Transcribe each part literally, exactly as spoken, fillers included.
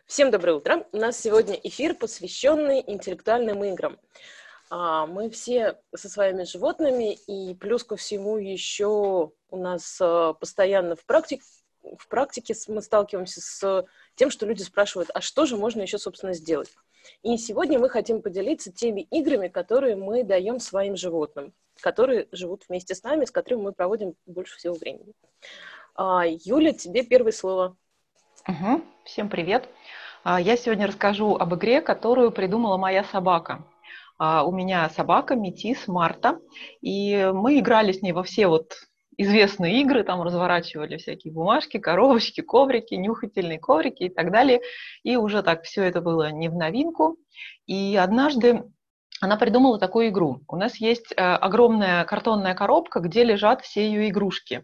Всем доброе утро. У нас сегодня эфир, посвященный интеллектуальным играм. А, Мы все со своими животными, и плюс ко всему еще у нас а, постоянно в практике, в практике с- мы сталкиваемся с тем, что люди спрашивают, а что же можно еще, собственно, сделать? И сегодня мы хотим поделиться теми играми, которые мы даем своим животным, которые живут вместе с нами, с которыми мы проводим больше всего времени. А, Юля, тебе первое слово. Мгм. Всем привет. А, Я сегодня расскажу об игре, которую придумала моя собака. А, У меня собака Метис Марта, и мы играли с ней во все вот известные игры, там разворачивали всякие бумажки, коробочки, коврики, нюхательные коврики и так далее. И уже так все это было не в новинку. И однажды она придумала такую игру. У нас есть э, огромная картонная коробка, где лежат все ее игрушки.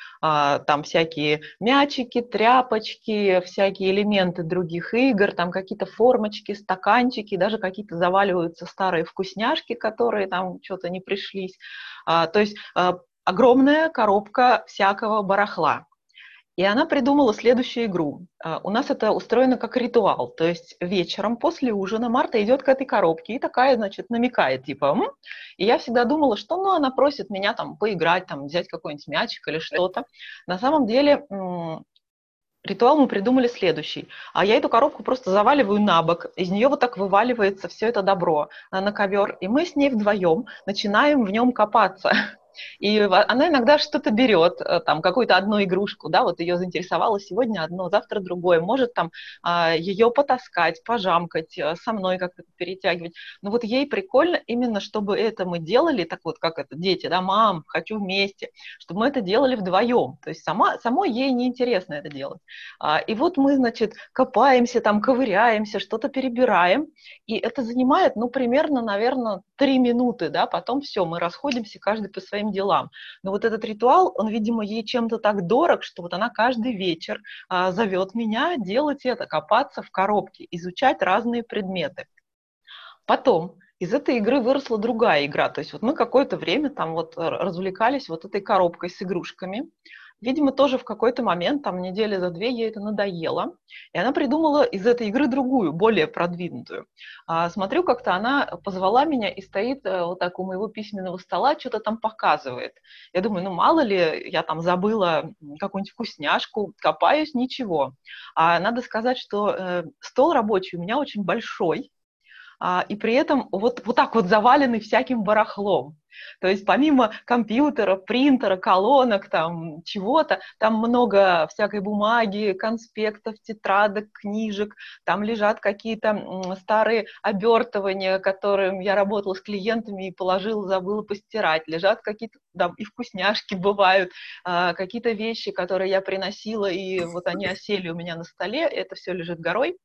А, там всякие мячики, тряпочки, всякие элементы других игр, там какие-то формочки, стаканчики, даже какие-то заваливаются старые вкусняшки, которые там что-то не пришлись. А, то есть а, огромная коробка всякого барахла. И она придумала следующую игру. А, У нас это устроено как ритуал. То есть вечером после ужина Марта идет к этой коробке и такая, значит, намекает, типа, «М?». И я всегда думала, что, ну, она просит меня там поиграть, там, взять какой-нибудь мячик или что-то. На самом деле м, ритуал мы придумали следующий. А я эту коробку просто заваливаю на бок, из нее вот так вываливается все это добро а, на ковер, и мы с ней вдвоем начинаем в нем копаться. И она иногда что-то берет, э, там, какую-то одну игрушку, да, вот ее заинтересовало сегодня одно, завтра другое, может там а, ее потаскать, пожамкать, э, со мной как-то перетягивать. Но вот ей прикольно именно, чтобы это мы делали, так вот, как это, дети, да, мам, хочу вместе, чтобы мы это делали вдвоем. То есть сама, самой ей неинтересно это делать. А, И вот мы, значит, копаемся, там, ковыряемся, что-то перебираем, и это занимает, ну, примерно, наверное, три минуты, да, потом все, мы расходимся, каждый по своим делам. Но вот этот ритуал, он, видимо, ей чем-то так дорог, что вот она каждый вечер а, зовет меня делать это, копаться в коробке, изучать разные предметы. Потом из этой игры выросла другая игра. То есть вот мы какое-то время там вот р- развлекались вот этой коробкой с игрушками. Видимо, тоже в какой-то момент, там недели за две, ей это надоело. И она придумала из этой игры другую, более продвинутую. А, смотрю, как-то она позвала меня и стоит э, вот так у моего письменного стола, что-то там показывает. Я думаю, ну мало ли, я там забыла м, какую-нибудь вкусняшку, копаюсь, ничего. А надо сказать, что э, стол рабочий у меня очень большой, а, и при этом вот, вот так вот завалены всяким барахлом. То есть помимо компьютера, принтера, колонок, там чего-то, там много всякой бумаги, конспектов, тетрадок, книжек, там лежат какие-то м, старые обертывания, которым я работала с клиентами и положила, забыла постирать, лежат какие-то, да, и вкусняшки бывают, а, какие-то вещи, которые я приносила, и вот они осели у меня на столе, это все лежит горой.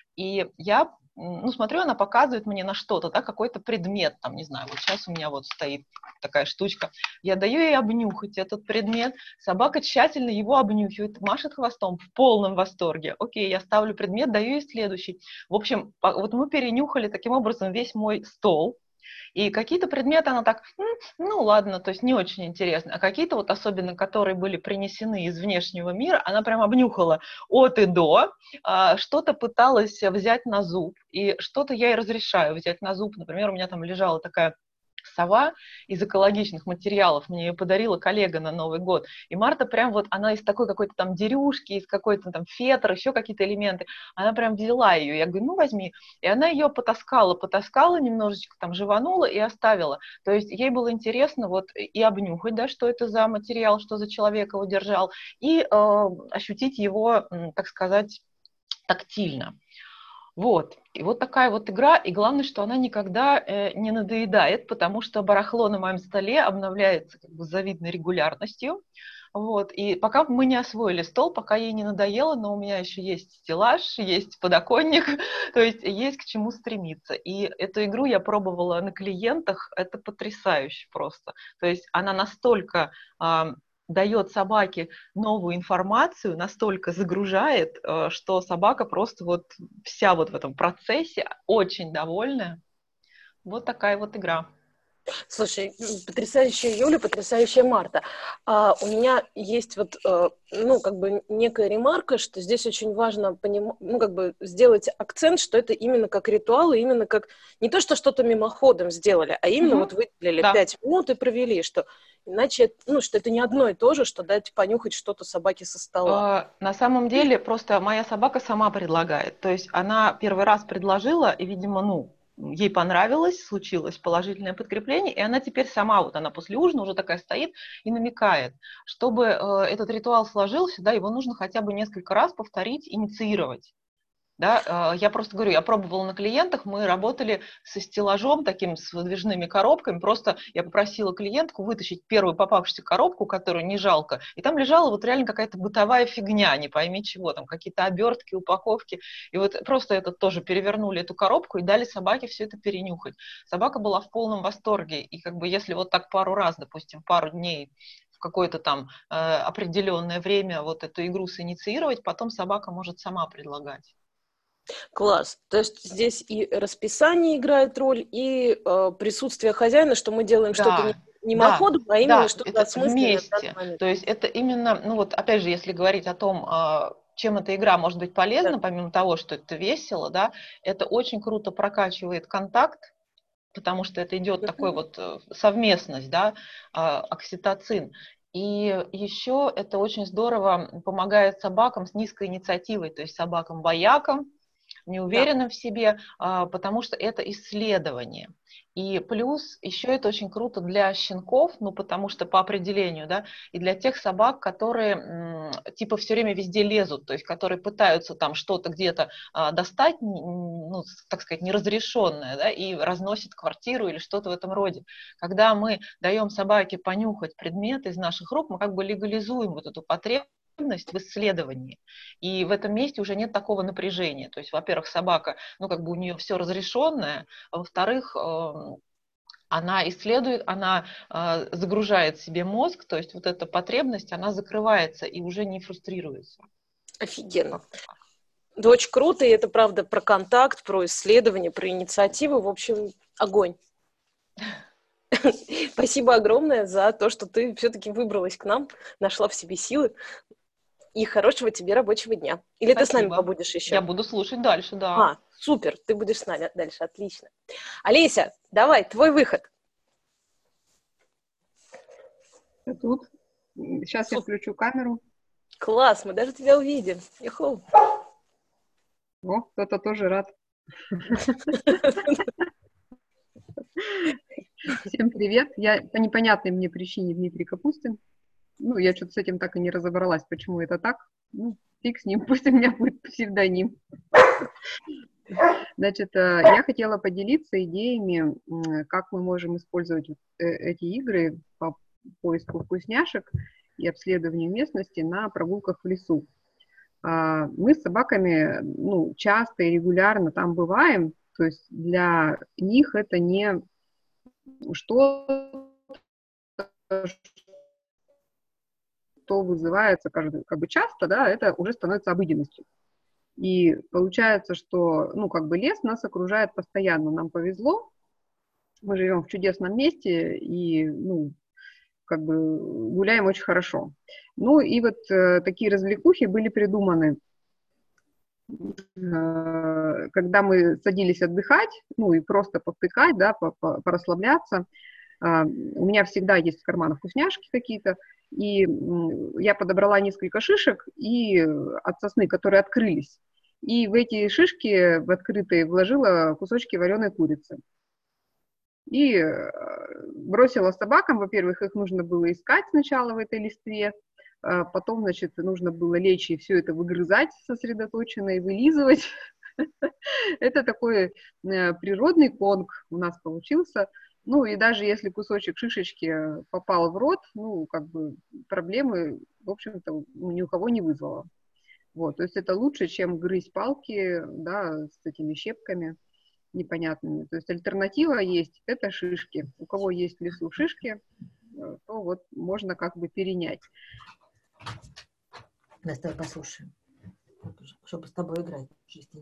И я, ну, смотрю, она показывает мне на что-то, да, какой-то предмет, там, не знаю, вот сейчас у меня вот стоит такая штучка. Я даю ей обнюхать этот предмет, собака тщательно его обнюхивает, машет хвостом в полном восторге. Окей, я ставлю предмет, даю ей следующий. В общем, вот мы перенюхали таким образом весь мой стол, и какие-то предметы она так, «М, ну ладно, то есть не очень интересно. А какие-то вот особенно, которые были принесены из внешнего мира, она прям обнюхала от и до, а, что-то пыталась взять на зуб, и что-то я ей разрешаю взять на зуб. Например, у меня там лежала такая сова из экологичных материалов, мне ее подарила коллега на Новый год, и Марта прям вот, она из такой какой-то там дерюшки, из какой-то там фетр, еще какие-то элементы, она прям взяла ее, я говорю, ну возьми, и она ее потаскала, потаскала немножечко, там живанула и оставила, то есть ей было интересно вот и обнюхать, да, что это за материал, что за человек его держал, и э, ощутить его, так сказать, тактильно. Вот. И вот такая вот игра, и главное, что она никогда э, не надоедает, потому что барахло на моем столе обновляется как бы с завидной регулярностью. Вот. И пока мы не освоили стол, пока ей не надоело, но у меня еще есть стеллаж, есть подоконник, то есть есть к чему стремиться. И эту игру я пробовала на клиентах, это потрясающе просто. То есть она настолько а, дает собаке новую информацию, настолько загружает, э, что собака просто вот вся вот в этом процессе очень довольная. Вот такая вот игра. Слушай, потрясающая Юля, потрясающая Марта. А у меня есть вот, э, ну, как бы некая ремарка, что здесь очень важно поним... ну, как бы сделать акцент, что это именно как ритуал, и именно как не то, что что-то мимоходом сделали, а именно Мгм. вот выделили Да. пять минут и провели, что иначе, ну, что это не одно и то же, что дать понюхать что-то собаке со стола. Э, На самом деле, просто моя собака сама предлагает. То есть она первый раз предложила, и, видимо, ну, ей понравилось, случилось положительное подкрепление, и она теперь сама, вот она после ужина уже такая стоит и намекает. Чтобы э, этот ритуал сложился, да, его нужно хотя бы несколько раз повторить, инициировать. Да, э, я просто говорю, я пробовала на клиентах, мы работали со стеллажом таким, с выдвижными коробками, просто я попросила клиентку вытащить первую попавшуюся коробку, которую не жалко, и там лежала вот реально какая-то бытовая фигня, не пойми чего, там какие-то обертки, упаковки, и вот просто это тоже перевернули эту коробку и дали собаке все это перенюхать. Собака была в полном восторге, и как бы если вот так пару раз, допустим, пару дней в какое-то там э, определенное время вот эту игру синициировать, потом собака может сама предлагать. Класс. То есть здесь и расписание играет роль, и э, присутствие хозяина, что мы делаем что-то не Да, да, мимоходом, а именно да, что-то это осмысленное в данный вместе. момент. То есть это именно, ну вот опять же, если говорить о том, а, чем эта игра может быть Да. полезна, помимо того, что это весело, да, это очень круто прокачивает контакт, потому что это идет такой Мгм. вот э, совместность, да, а, окситоцин. И еще это очень здорово помогает собакам с низкой инициативой, то есть собакам-боякам, Да. неуверенным в себе, а, потому что это исследование. И плюс еще это очень круто для щенков, ну потому что по определению, да, и для тех собак, которые м, типа все время везде лезут, то есть которые пытаются там что-то где-то а, достать, ну, так сказать, неразрешенное, да, и разносят квартиру или что-то в этом роде. Когда мы даем собаке понюхать предметы из наших рук, мы как бы легализуем вот эту потребность в исследовании. И в этом месте уже нет такого напряжения. То есть, во-первых, собака, ну, как бы у нее все разрешенное, а во-вторых, она исследует, она э, загружает себе мозг, то есть вот эта потребность, она закрывается и уже не фрустрируется. Офигенно. Как-то так. Да, очень круто, и это правда про контакт, про исследование, про инициативу. В общем, огонь. Спасибо огромное за то, что ты все-таки выбралась к нам, нашла в себе силы. И хорошего тебе рабочего дня. Или ты с нами Спасибо. побудешь Я еще? буду слушать дальше, да. А, супер, ты будешь с нами дальше, отлично. Олеся, давай, твой выход. Я тут. Сейчас я Супер. включу камеру. Класс, мы даже тебя увидим. Юху. О, кто-то тоже рад. Всем привет. Я по непонятной мне причине Дмитрий Капустин. Ну, я что-то с этим так и не разобралась, почему это так. Ну, фиг с ним, пусть у меня будет псевдоним. Значит, я хотела поделиться идеями, как мы можем использовать эти игры по поиску вкусняшек и обследованию местности на прогулках в лесу. Мы с собаками, ну, часто и регулярно там бываем, то есть для них это не что-то, что вызывается как бы часто, да, это уже становится обыденностью. И получается, что, ну, как бы лес нас окружает постоянно, нам повезло, мы живем в чудесном месте и, ну, как бы гуляем очень хорошо. Ну, и вот э, такие развлекухи были придуманы, э, когда мы садились отдыхать, ну, и просто повтыкать, да, порасслабляться. Э, у меня всегда есть в карманах вкусняшки какие-то, и я подобрала несколько шишек и от сосны, которые открылись. И в эти шишки, в открытые, вложила кусочки вареной курицы. И бросила собакам. Во-первых, их нужно было искать сначала в этой листве, потом, значит, нужно было лечь и все это выгрызать сосредоточенно и вылизывать. Это такой природный конг у нас получился. Ну, и даже если кусочек шишечки попал в рот, ну, как бы проблемы, в общем-то, ни у кого не вызвало. Вот, то есть это лучше, чем грызть палки, да, с этими щепками непонятными. То есть альтернатива есть, это шишки. У кого есть в лесу шишки, то вот можно как бы перенять. Да, давай послушаем, чтобы с тобой играть,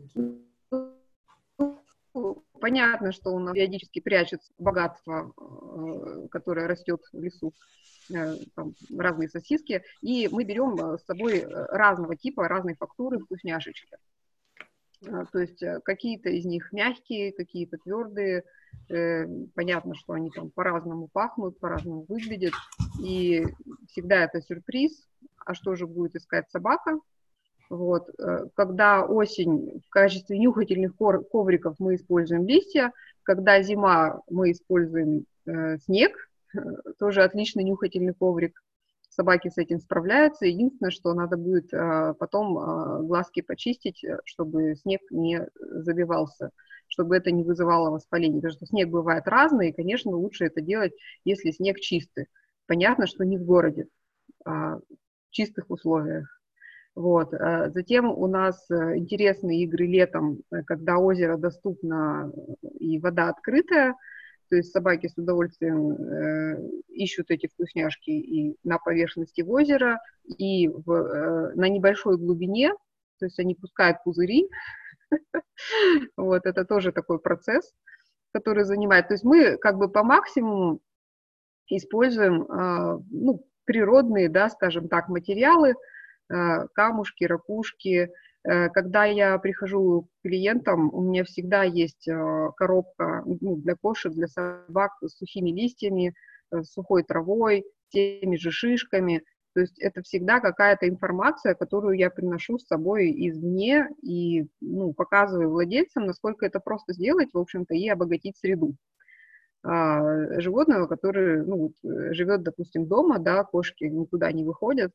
чистенький. Понятно, что у нас периодически прячется богатство которая растет в лесу, там разные сосиски, и мы берем с собой разного типа, разной фактуры вкусняшечки. То есть какие-то из них мягкие, какие-то твердые. Понятно, что они там по-разному пахнут, по-разному выглядят. И всегда это сюрприз. А что же будет искать собака? Вот. Когда осень, в качестве нюхательных ковриков мы используем листья. Когда зима, мы используем снег. Тоже отличный нюхательный коврик. Собаки с этим справляются. Единственное, что надо будет а, потом а, глазки почистить, чтобы снег не забивался, чтобы это не вызывало воспаления. Потому что снег бывает разный, и, конечно, лучше это делать, если снег чистый. Понятно, что не в городе, а в чистых условиях. Вот. Затем у нас интересные игры летом, когда озеро доступно и вода открытая. То есть собаки с удовольствием э, ищут эти вкусняшки и на поверхности озера, и в, э, на небольшой глубине, то есть они пускают пузыри. Вот, это тоже такой процесс, который занимает. То есть мы как бы по максимуму используем э, ну, природные, да, скажем так, материалы, э, камушки, ракушки. Когда я прихожу к клиентам, у меня всегда есть коробка, ну, для кошек, для собак с сухими листьями, с сухой травой, теми же шишками. То есть это всегда какая-то информация, которую я приношу с собой извне и ну, показываю владельцам, насколько это просто сделать, в общем-то, и обогатить среду. А, животного, которое ну, живет, допустим, дома, да, кошки никуда не выходят.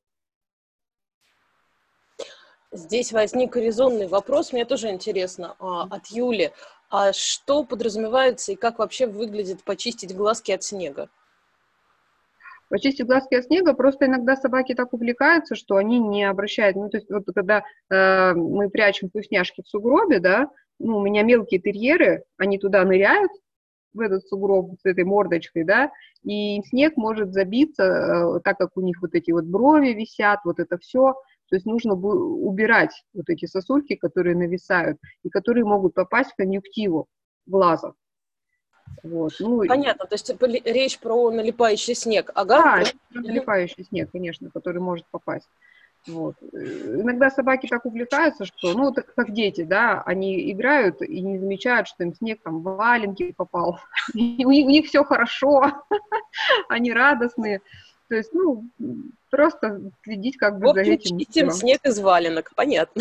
Здесь возник резонный вопрос, мне тоже интересно, от Юли. А что подразумевается и как вообще выглядит почистить глазки от снега? Почистить глазки от снега, просто иногда собаки так увлекаются, что они не обращают, ну, то есть вот когда э, мы прячем вкусняшки в сугробе, да, ну, у меня мелкие терьеры, они туда ныряют, в этот сугроб с этой мордочкой, да, и снег может забиться, э, так как у них вот эти вот брови висят, вот это все. То есть нужно убирать вот эти сосульки, которые нависают, и которые могут попасть в конъюнктиву глаза. Вот. Ну, понятно, то есть речь про налипающий снег. Ага. Да, это налипающий снег, конечно, который может попасть. Вот. Иногда собаки так увлекаются, что, ну, так как дети, да, они играют и не замечают, что им снег там в валенки попал. И у них, у них все хорошо, они радостные. То есть, ну, просто следить как бы вот за этим. чистим снег из валенок, понятно.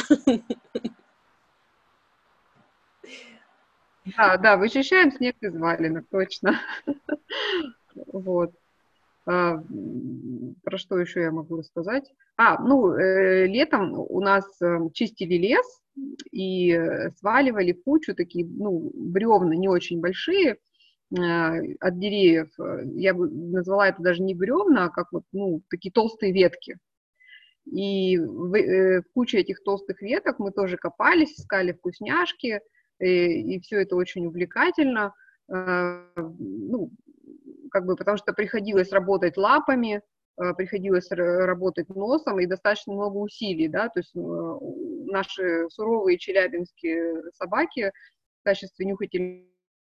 Да, да, вычищаем снег из валенок, точно. Вот. А, про что еще я могу рассказать? А, ну, э, летом у нас э, чистили лес и сваливали в кучу такие, ну, бревна не очень большие, от деревьев. Я бы назвала это даже не бревна, а как вот, ну, такие толстые ветки. И в, э, в куче этих толстых веток мы тоже копались, искали вкусняшки, и, и все это очень увлекательно. Э, ну, как бы, потому что приходилось работать лапами, э, приходилось работать носом, и достаточно много усилий, да, то есть э, наши суровые челябинские собаки в качестве нюхательных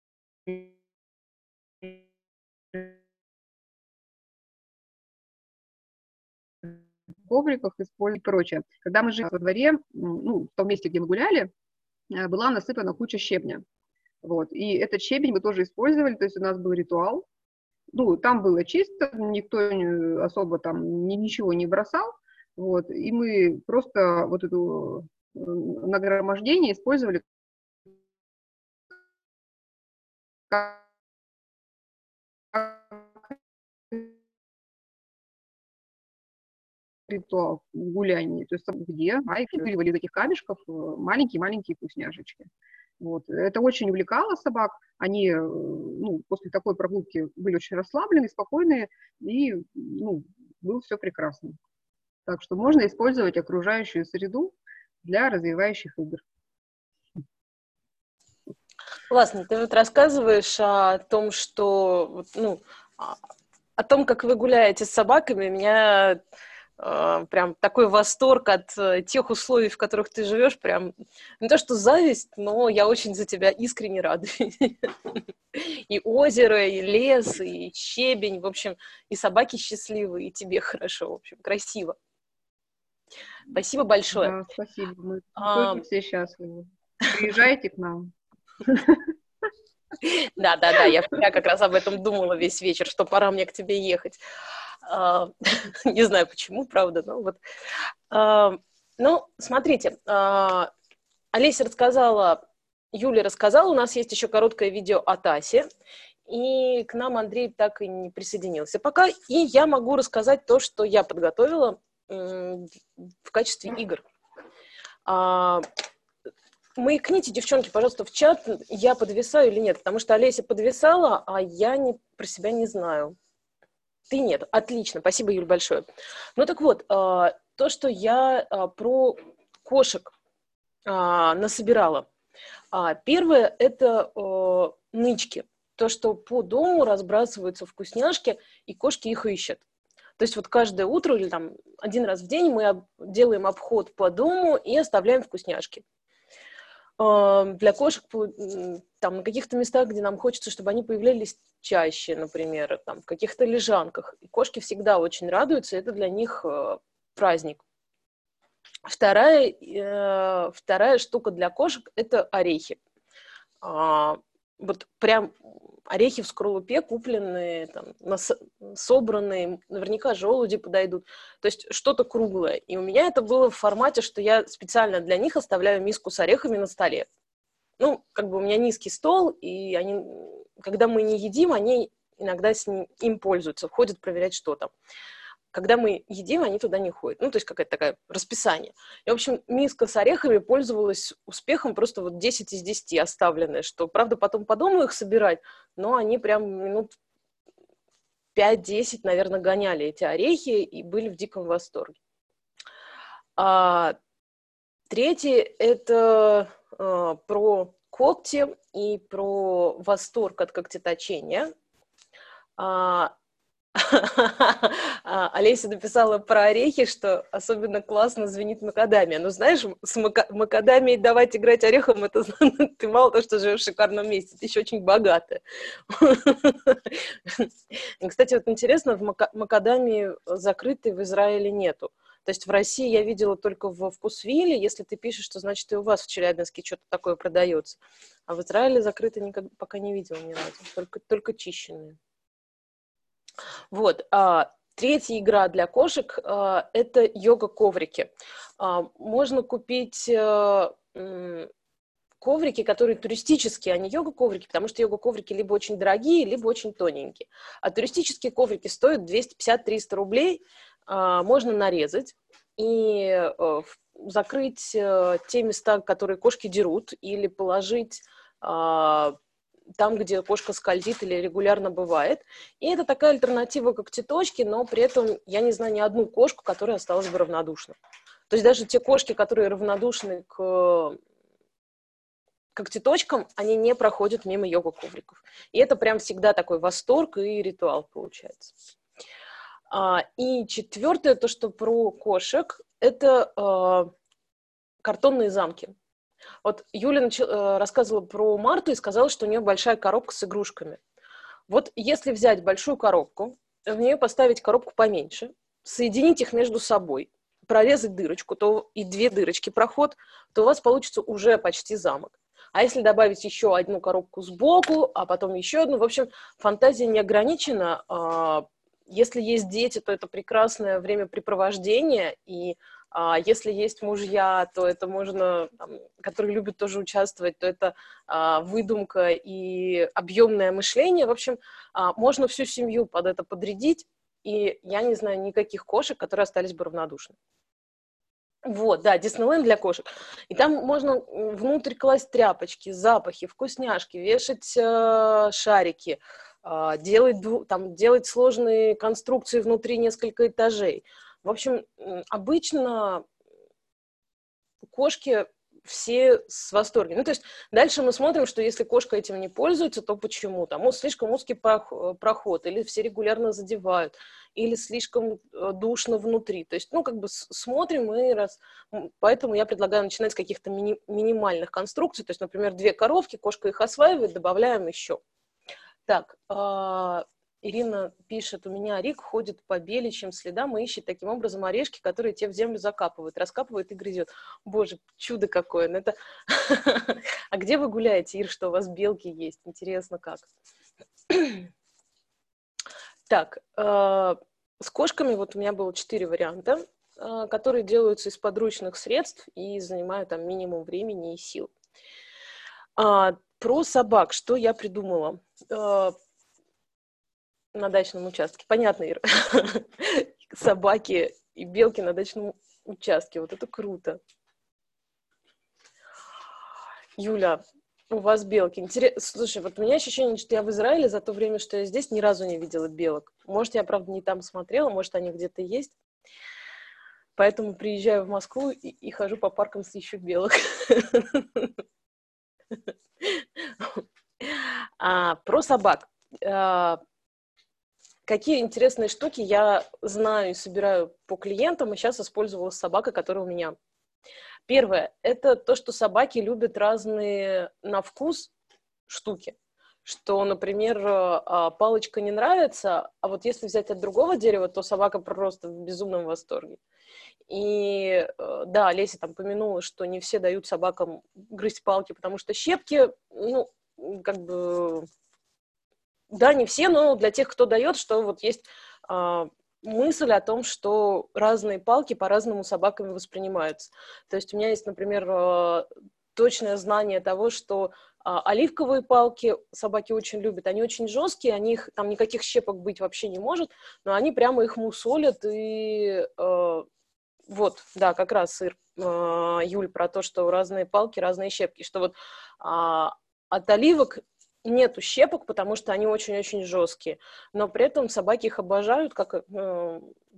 ковриках использовать и прочее. Когда мы жили во дворе, ну, в том месте, где мы гуляли, была насыпана куча щебня. Вот. И этот щебень мы тоже использовали, то есть у нас был ритуал. Ну, там было чисто, никто особо там ничего не бросал. Вот. И мы просто вот это нагромождение использовали как ритуал гуляния, то есть где выкидывали из этих камешков маленькие-маленькие вкусняшечки. Вот. Это очень увлекало собак, они ну, после такой прогулки были очень расслаблены, спокойные, и ну, было все прекрасно. Так что можно использовать окружающую среду для развивающих игр. Классно, ты вот рассказываешь о том, что, ну, о том, как вы гуляете с собаками, меня э, прям такой восторг от э, тех условий, в которых ты живешь, прям не то что зависть, но я очень за тебя искренне рада. И озеро, и лес, и щебень, в общем, и собаки счастливые, и тебе хорошо, в общем, красиво. Спасибо большое. Да, спасибо. Мы А, тоже все счастливы. Приезжайте к нам. Да, да, да, я вчера как раз об этом думала весь вечер, что пора мне к тебе ехать. А, не знаю почему, правда, но вот. А, ну, смотрите, а, Олеся рассказала, Юля рассказала, у нас есть еще короткое видео от Аси, и к нам Андрей так и не присоединился пока, и я могу рассказать то, что я подготовила м, в качестве игр. А, Маякните, девчонки, пожалуйста, в чат, я подвисаю или нет, потому что Олеся подвисала, а я не, про себя не знаю. Ты нет. Отлично. Спасибо, Юль, большое. Ну так вот, то, что я про кошек насобирала. Первое – это нычки. То, что по дому разбрасываются вкусняшки, и кошки их ищут. То есть вот каждое утро или там один раз в день мы делаем обход по дому и оставляем вкусняшки. Для кошек там, на каких-то местах, где нам хочется, чтобы они появлялись чаще, например, там, в каких-то лежанках. И кошки всегда очень радуются, это для них э, праздник. Вторая, э, вторая штука для кошек – это орехи. А, вот прям орехи в скорлупе, купленные, там, нас, собранные, наверняка желуди подойдут. То есть что-то круглое. И у меня это было в формате, что я специально для них оставляю миску с орехами на столе. Ну, как бы у меня низкий стол, и они, когда мы не едим, они иногда с ним, им пользуются, ходят проверять, что там. Когда мы едим, они туда не ходят. Ну, то есть какое-то такое расписание. И, в общем, миска с орехами пользовалась успехом просто вот десять из десяти оставленная, что, правда, потом по дому их собирать, но они прям минут пять-десять, наверное, гоняли эти орехи и были в диком восторге. А, третье – это а, про когти и про восторг от когтеточения. А, Олеся написала про орехи, что особенно классно звенит макадамия. Ну, знаешь, с мака- макадамией давать играть орехом, это ты мало того, что живешь в шикарном месте, ты еще очень богатая. Кстати, вот интересно, в мака- макадамии закрытой в Израиле нету. То есть в России я видела только во Вкусвилле, если ты пишешь, что значит и у вас в Челябинске что-то такое продается. А в Израиле закрыто никак, пока не видела ни разу, только, только чищенные. Вот. А, третья игра для кошек а, – это йога-коврики. А, можно купить а, м, коврики, которые туристические, а не йога-коврики, потому что йога-коврики либо очень дорогие, либо очень тоненькие. А туристические коврики стоят двести пятьдесят - триста рублей, а, можно нарезать и а, закрыть а, те места, которые кошки дерут, или положить а, там, где кошка скользит или регулярно бывает. И это такая альтернатива когтеточки, но при этом я не знаю ни одну кошку, которая осталась бы равнодушна. То есть даже те кошки, которые равнодушны к когтеточкам, они не проходят мимо йога-ковриков. И это прям всегда такой восторг и ритуал получается. И четвертое, то, что про кошек, это картонные замки. Вот Юля начала, рассказывала про Марту и сказала, что у нее большая коробка с игрушками. Вот если взять большую коробку, в нее поставить коробку поменьше, соединить их между собой, прорезать дырочку, то и две дырочки проход, то у вас получится уже почти замок. А если добавить еще одну коробку сбоку, а потом еще одну, в общем, фантазия не ограничена. Если есть дети, то это прекрасное времяпрепровождение, и а если есть мужья, то это можно, там, которые любят тоже участвовать, то это а, выдумка и объемное мышление. В общем, а, можно всю семью под это подрядить, и я не знаю никаких кошек, которые остались бы равнодушны. Вот, да, Диснейленд для кошек. И там можно внутрь класть тряпочки, запахи, вкусняшки, вешать э, шарики, э, делать, там, делать сложные конструкции внутри несколько этажей. В общем, обычно кошки все с восторгом. Ну, то есть дальше мы смотрим, что если кошка этим не пользуется, то почему? Там вот слишком узкий проход, или все регулярно задевают, или слишком душно внутри. То есть, ну, как бы смотрим и раз... Поэтому я предлагаю начинать с каких-то мини... минимальных конструкций. То есть, например, две коровки, кошка их осваивает, добавляем еще. Так, Ирина пишет, у меня Рик ходит по беличьим следам и ищет таким образом орешки, которые те в землю закапывают, раскапывает и грызет. Боже, чудо какое! Ну, это... А где вы гуляете, Ир, что у вас белки есть? Интересно, как? Так, э, с кошками вот у меня было четыре варианта, э, которые делаются из подручных средств и занимают там минимум времени и сил. А, про собак, что я придумала? Э, на дачном участке. Понятно, Ир. Собаки и белки на дачном участке. Вот это круто. Юля, у вас белки. Интересно. Слушай, вот у меня ощущение, что я в Израиле за то время, что я здесь, ни разу не видела белок. Может, я, правда, не там смотрела, может, они где-то есть. Поэтому приезжаю в Москву и, и хожу по паркам, ищу белок. А, про собак. Какие интересные штуки я знаю и собираю по клиентам, и сейчас использовала с собакой, которая у меня. Первое, это то, что собаки любят разные на вкус штуки. Что, например, палочка не нравится, а вот если взять от другого дерева, то собака просто в безумном восторге. И да, Леся там помянула, что не все дают собакам грызть палки, потому что щепки, ну, как бы... Да, не все, но для тех, кто дает, что вот есть э, мысль о том, что разные палки по-разному собаками воспринимаются. То есть у меня есть, например, э, точное знание того, что э, оливковые палки собаки очень любят. Они очень жесткие, они их, там никаких щепок быть вообще не может, но они прямо их мусолят. И э, вот, да, как раз, Ир, э, Юль, про то, что разные палки, разные щепки. Что вот э, от оливок нету щепок, потому что они очень-очень жесткие. Но при этом собаки их обожают, как э,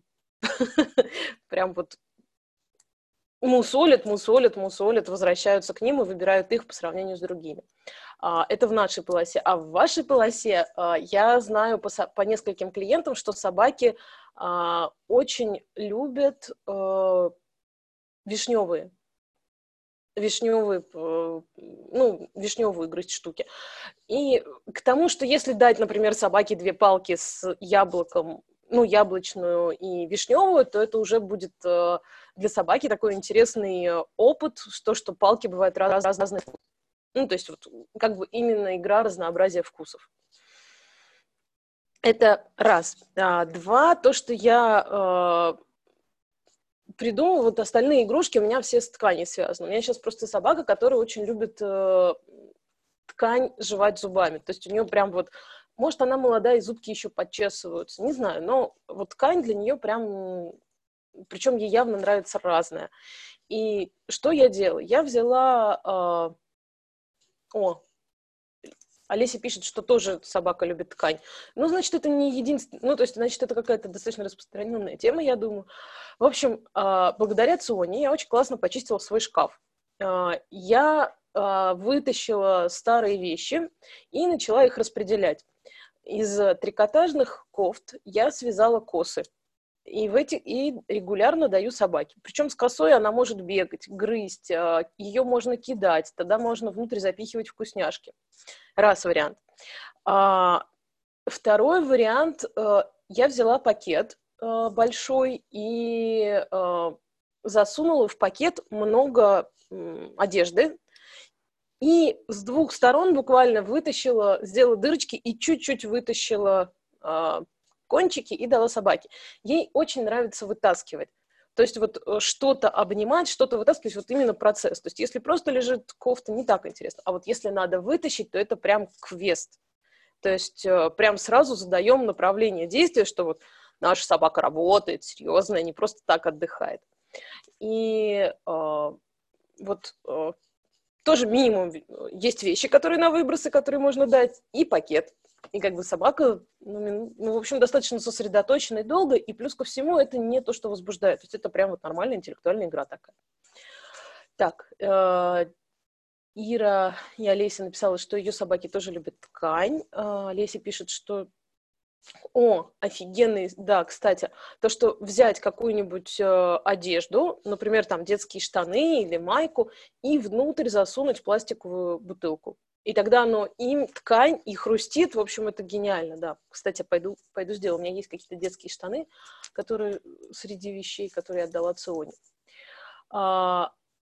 прям вот мусолят, мусолят, мусолят, возвращаются к ним и выбирают их по сравнению с другими. А, это в нашей полосе. А в вашей полосе а, я знаю по, по нескольким клиентам, что собаки а, очень любят а, вишневые. вишневые, ну, вишневые грызть штуки. И к тому, что если дать, например, собаке две палки с яблоком, ну, яблочную и вишневую, то это уже будет для собаки такой интересный опыт, что, что палки бывают раз, разных. Ну, то есть вот как бы именно игра разнообразия вкусов. Это раз. А, два, то, что я... придумала, вот остальные игрушки у меня все с тканью связаны. У меня сейчас просто собака, которая очень любит э, ткань жевать зубами. То есть у нее прям вот, может, она молодая, и зубки еще подчесываются, не знаю, но вот ткань для нее прям, причем ей явно нравится разная. И что я делаю? Я взяла... Э, о, Олеся пишет, что тоже собака любит ткань. Ну, значит, это не единственное... Ну, то есть, значит, это какая-то достаточно распространенная тема, я думаю. В общем, благодаря Ционе я очень классно почистила свой шкаф. Я вытащила старые вещи и начала их распределять. Из трикотажных кофт я связала косы. И, в эти, и регулярно даю собаке. Причем с косой она может бегать, грызть, ее можно кидать, тогда можно внутрь запихивать вкусняшки. Раз вариант. А, второй вариант. Я взяла пакет а, большой и а, засунула в пакет много м, одежды. И с двух сторон буквально вытащила, сделала дырочки и чуть-чуть вытащила а, кончики и дала собаке. Ей очень нравится вытаскивать. То есть вот что-то обнимать, что-то вытаскивать, вот именно процесс. То есть если просто лежит кофта, не так интересно. А вот если надо вытащить, то это прям квест. То есть прям сразу задаем направление действия, что вот наша собака работает, серьезная, не просто так отдыхает. И э, вот э, тоже минимум есть вещи, которые на выбросы, которые можно дать, и пакет. И как бы собака, ну, ну, в общем, достаточно сосредоточена и долго, и плюс ко всему это не то, что возбуждает. То есть это прям вот нормальная интеллектуальная игра такая. Так, э, Ира и Олеся написала, что ее собаки тоже любят ткань. Э, Олеся пишет, что... О, офигенный, да, кстати, то, что взять какую-нибудь э, одежду, например, там детские штаны или майку, и внутрь засунуть пластиковую бутылку. И тогда оно им ткань и хрустит. В общем, это гениально, да. Кстати, пойду, пойду сделаю. У меня есть какие-то детские штаны, которые среди вещей, которые я отдала Ционе. А...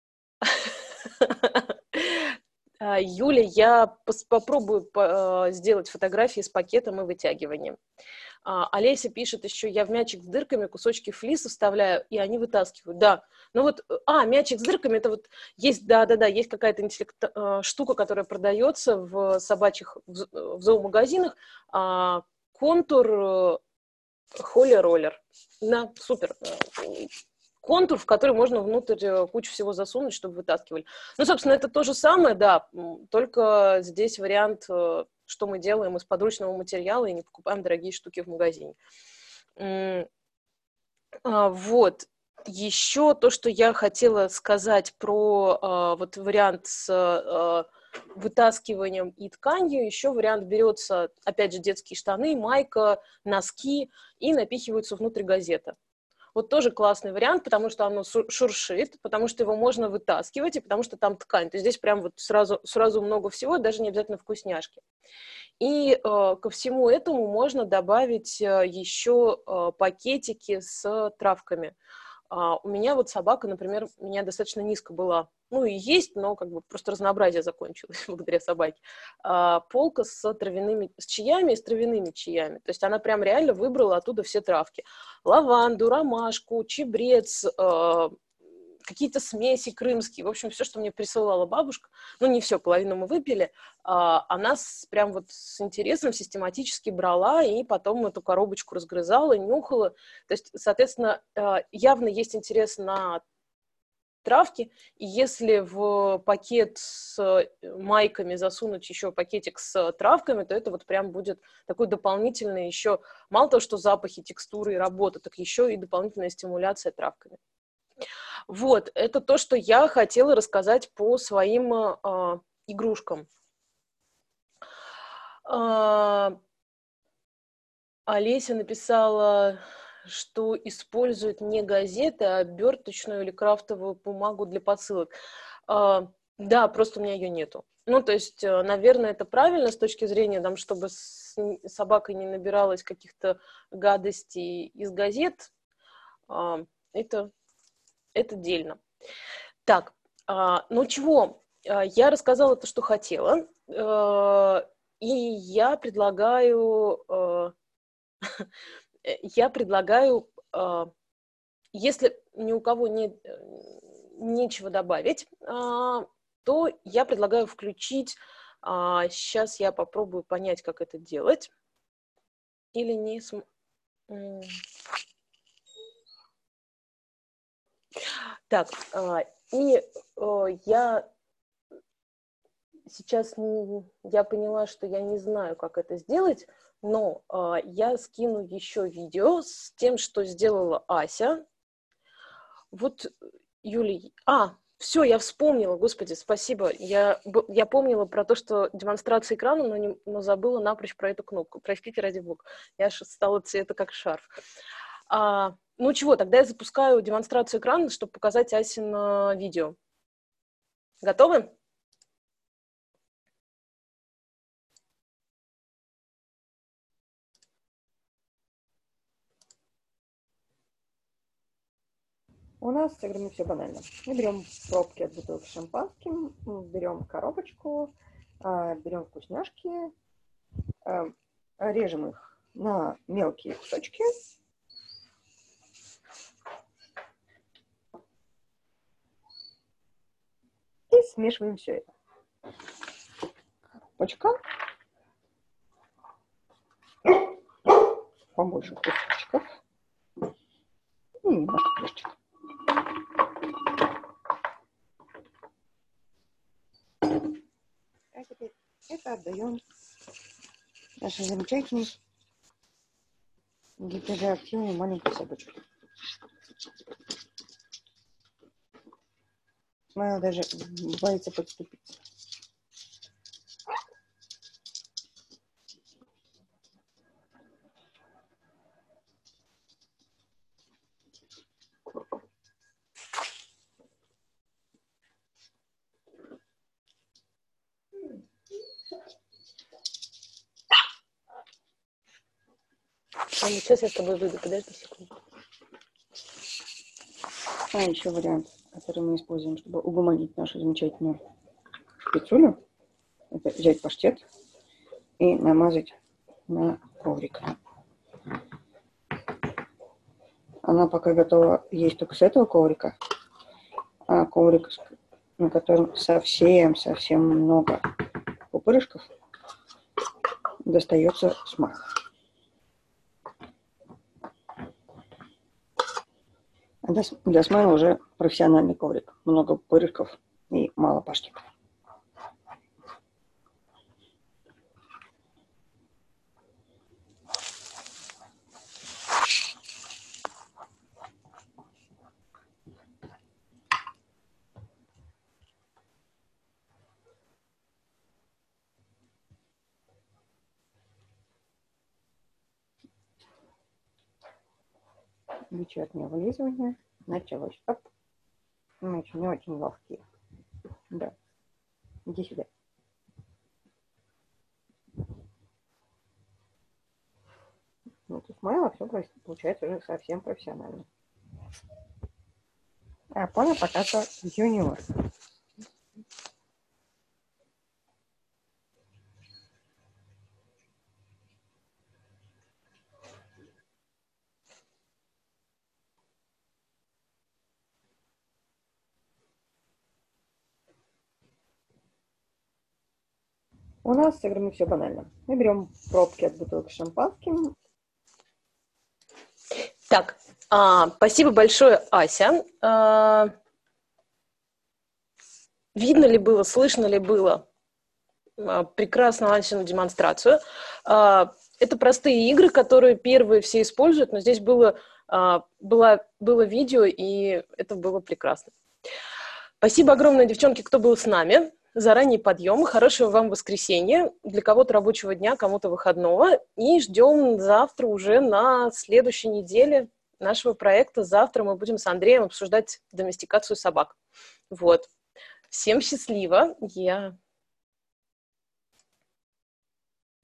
Юля, я попробую сделать фотографии с пакетом и вытягиванием. Олеся пишет еще, я в мячик с дырками кусочки флиса вставляю, и они вытаскивают. Да, ну вот, а, мячик с дырками, это вот есть, да-да-да, есть какая-то интеллект, штука, которая продается в собачьих, в зоомагазинах, контур Холли Роллер. Да, супер. Контур, в который можно внутрь кучу всего засунуть, чтобы вытаскивали. Ну, собственно, это то же самое, да, только здесь вариант, что мы делаем из подручного материала и не покупаем дорогие штуки в магазине. Вот. Еще то, что я хотела сказать про вот вариант с вытаскиванием и тканью, еще вариант берется, опять же, детские штаны, майка, носки и напихиваются внутрь газета. Вот тоже классный вариант, потому что оно шуршит, потому что его можно вытаскивать, и потому что там ткань. То есть здесь прям вот сразу, сразу много всего, даже не обязательно вкусняшки. И э, ко всему этому можно добавить э, еще э, пакетики с травками. Uh, у меня вот собака, например, у меня достаточно низко была, ну и есть, но как бы просто разнообразие закончилось благодаря собаке. Uh, полка с травяными, с чаями и с травяными чаями. То есть она прям реально выбрала оттуда все травки. Лаванду, ромашку, чебрец, uh, какие-то смеси крымские. В общем, все, что мне присылала бабушка, ну не все, половину мы выпили, uh, она с, прям вот с интересом систематически брала и потом эту коробочку разгрызала, нюхала. То есть, соответственно, uh, явно есть интерес на травки, и если в пакет с майками засунуть еще пакетик с травками, то это вот прям будет такой дополнительный еще, мало того, что запахи, текстуры и работа, так еще и дополнительная стимуляция травками. Вот, это то, что я хотела рассказать по своим э, игрушкам. Э, Олеся написала, что использует не газеты, а оберточную или крафтовую бумагу для посылок. Э, да, просто у меня ее нету. Ну, то есть, наверное, это правильно с точки зрения, там, чтобы с собакой не набиралось каких-то гадостей из газет. Э, это... Это дельно. Так, ну чего, я рассказала то, что хотела, и я предлагаю, я предлагаю, если ни у кого не, нечего добавить, то я предлагаю включить, сейчас я попробую понять, как это делать, или не... Так, и я сейчас не, я поняла, что я не знаю, как это сделать, но я скину еще видео с тем, что сделала Ася. Вот, Юлия, а, все, я вспомнила, господи, спасибо. Я, я помнила про то, что демонстрация экрана, но, не, но забыла напрочь про эту кнопку. Простите, ради бога, я аж стала цвета как шарф. А, ну чего, тогда я запускаю демонстрацию экрана, чтобы показать Асино видео. Готовы? У нас, я говорю, все банально. Мы берем пробки от бутылок с шампанским, берем коробочку, берем вкусняшки, режем их на мелкие кусочки. И смешиваем все это. Коробочка. Побольше кусочков. И немножко крышечек. А теперь это отдаем нашей замечательной гиперреактивной маленькой собачке. Смайл даже боится подступиться. Сейчас я с тобой выйду, подожди секунду. А еще вариант, который мы используем, чтобы угомонить нашу замечательную спецулю, это взять паштет и намазать на коврик. Она пока готова есть только с этого коврика, а коврик, на котором совсем-совсем много пупырышков, достается смайл. Для смайла уже профессиональный коврик. Много пупырышков и мало паштета. Вечернее вылизывание началось. Оп. Мы еще не очень ловкие. Да. Иди сюда. Вот у Смайла все получается уже совсем профессионально. А понял, пока что юниор. У нас с играми все банально. Мы берем пробки от бутылок с шампанским. Так, а, спасибо большое, Ася. А, видно ли было, слышно ли было а, прекрасно Асину демонстрацию? А, это простые игры, которые первые все используют, но здесь было, а, было, было видео, и это было прекрасно. Спасибо огромное, девчонки, кто был с нами. Заранее подъем, хорошего вам воскресенья, для кого-то рабочего дня, кому-то выходного, и ждем завтра уже на следующей неделе нашего проекта. Завтра мы будем с Андреем обсуждать доместикацию собак. Вот. Всем счастливо, я